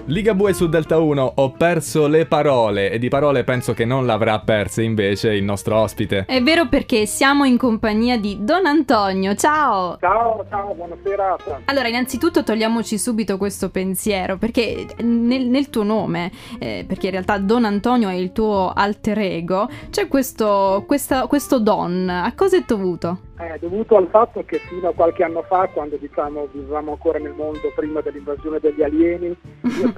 Ligabue su Delta 1, ho perso le parole, e di parole penso che non l'avrà perse invece il nostro ospite. È vero, perché siamo in compagnia di Don Antonio. Ciao! Ciao, buonasera. Allora, innanzitutto togliamoci subito questo pensiero, perché nel tuo nome, perché in realtà Don Antonio è il tuo alter ego, c'è questo Don. A cosa è dovuto? È dovuto al fatto che fino a qualche anno fa, quando vivevamo ancora nel mondo prima dell'invasione degli alieni, io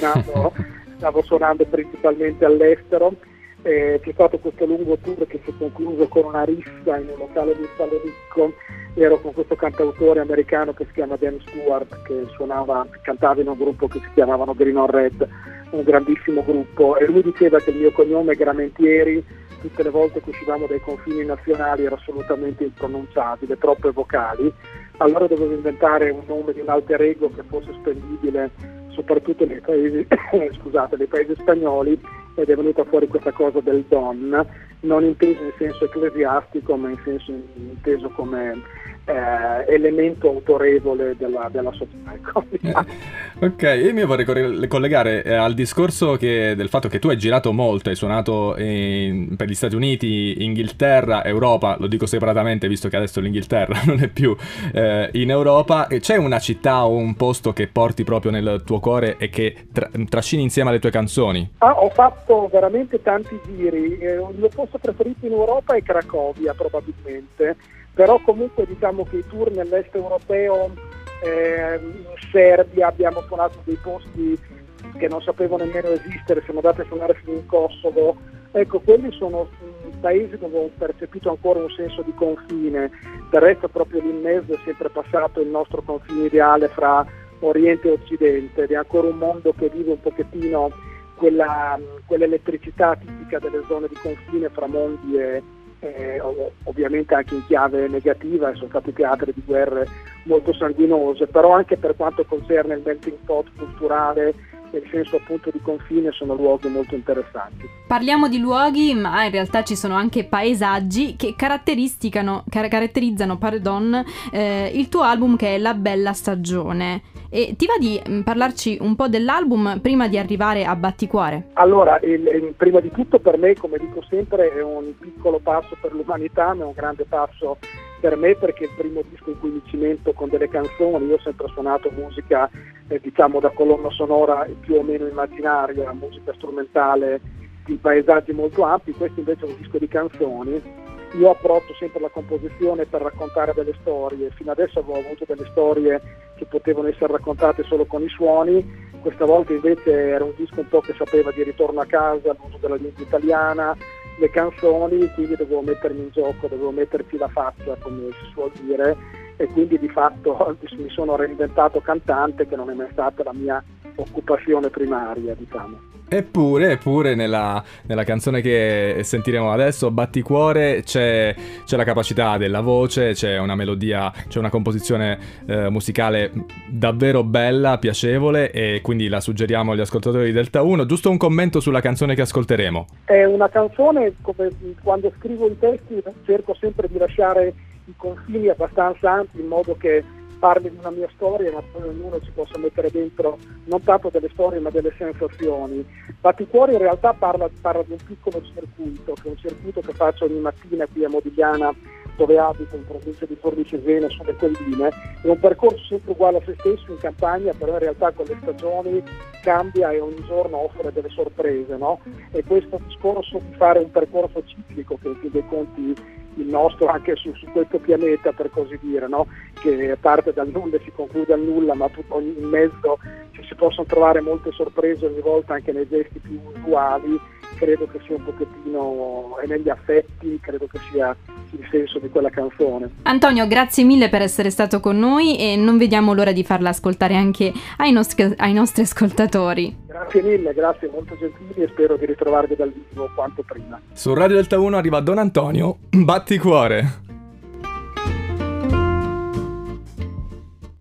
stavo suonando principalmente all'estero. C'è stato questo lungo tour che si è concluso con una rissa in un locale di Sale Ricco. Ero con questo cantautore americano che si chiama Dan Stewart, che cantava in un gruppo che si chiamavano Green on Red, un grandissimo gruppo, e lui diceva che il mio cognome Gramentieri tutte le volte che uscivamo dai confini nazionali era assolutamente impronunciabile, troppe vocali. Allora dovevo inventare un nome di un alter ego che fosse spendibile soprattutto nei paesi, nei paesi spagnoli, ed è venuta fuori questa cosa del Don, non inteso in senso ecclesiastico, ma inteso come elemento autorevole della società. Ok, io mi vorrei collegare al discorso del fatto che tu hai girato molto, hai suonato per gli Stati Uniti, Inghilterra, Europa, lo dico separatamente visto che adesso l'Inghilterra non è più in Europa. E c'è una città o un posto che porti proprio nel tuo cuore e che trascini insieme alle tue canzoni? Ho fatto veramente tanti giri, il mio posto preferito in Europa è Cracovia probabilmente, però comunque diciamo che i tour nell'est europeo, in Serbia abbiamo suonato dei posti che non sapevo nemmeno esistere, siamo andati a suonare fino in Kosovo. Ecco, quelli sono paesi dove ho percepito ancora un senso di confine. Del resto proprio lì in mezzo è sempre passato il nostro confine ideale fra Oriente e Occidente, ed è ancora un mondo che vive un pochettino quell'elettricità tipica delle zone di confine fra mondi e ovviamente anche in chiave negativa, e sono stati teatri di guerre molto sanguinose, però anche per quanto concerne il melting pot culturale e il senso appunto di confine sono luoghi molto interessanti. Parliamo di luoghi, ma in realtà ci sono anche paesaggi che caratterizzano il tuo album, che è La Bella Stagione. E ti va di parlarci un po' dell'album prima di arrivare a Batticuore? Allora, prima di tutto per me, come dico sempre, è un piccolo passo per l'umanità, ma è un grande passo per me, perché è il primo disco in cui mi cimento con delle canzoni. Io ho sempre suonato musica diciamo da colonna sonora più o meno immaginaria, musica strumentale di paesaggi molto ampi. Questo invece è un disco di canzoni. Io approccio sempre la composizione per raccontare delle storie. Fino adesso avevo avuto delle storie che potevano essere raccontate solo con i suoni, questa volta invece era un disco un po' che sapeva di ritorno a casa, l'uso della lingua italiana, le canzoni, quindi dovevo mettermi in gioco, dovevo metterci la faccia, come si suol dire, e quindi di fatto mi sono reinventato cantante, che non è mai stata la mia occupazione primaria, diciamo. Eppure nella canzone che sentiremo adesso, Batticuore, c'è la capacità della voce, c'è una melodia, c'è una composizione musicale davvero bella, piacevole, e quindi la suggeriamo agli ascoltatori di Delta 1. Giusto un commento sulla canzone che ascolteremo. È una canzone, come quando scrivo i testi cerco sempre di lasciare i confini abbastanza ampi, in modo che parli di una mia storia, ma poi ognuno ci possa mettere dentro non tanto delle storie ma delle sensazioni. Batticuore in realtà parla di un piccolo circuito, che è un circuito che faccio ogni mattina qui a Modigliana, dove abito, in provincia di Torricesena, sulle colline. È un percorso sempre uguale a se stesso in campagna, però in realtà con le stagioni cambia e ogni giorno offre delle sorprese, no? E questo discorso di fare un percorso ciclico, che in fin dei conti il nostro anche su questo pianeta, per così dire, no? Che parte dal nulla e si conclude al nulla, ma in mezzo ci si possono trovare molte sorprese ogni volta, anche nei gesti più usuali. Credo che sia un pochettino, e negli affetti, credo che sia il senso di quella canzone. Antonio, grazie mille per essere stato con noi, e non vediamo l'ora di farla ascoltare anche ai nostri ascoltatori. Grazie mille, grazie, molto gentili, e spero di ritrovarvi dal vivo quanto prima. Su Radio Delta 1 arriva Don Antonio, Batticuore.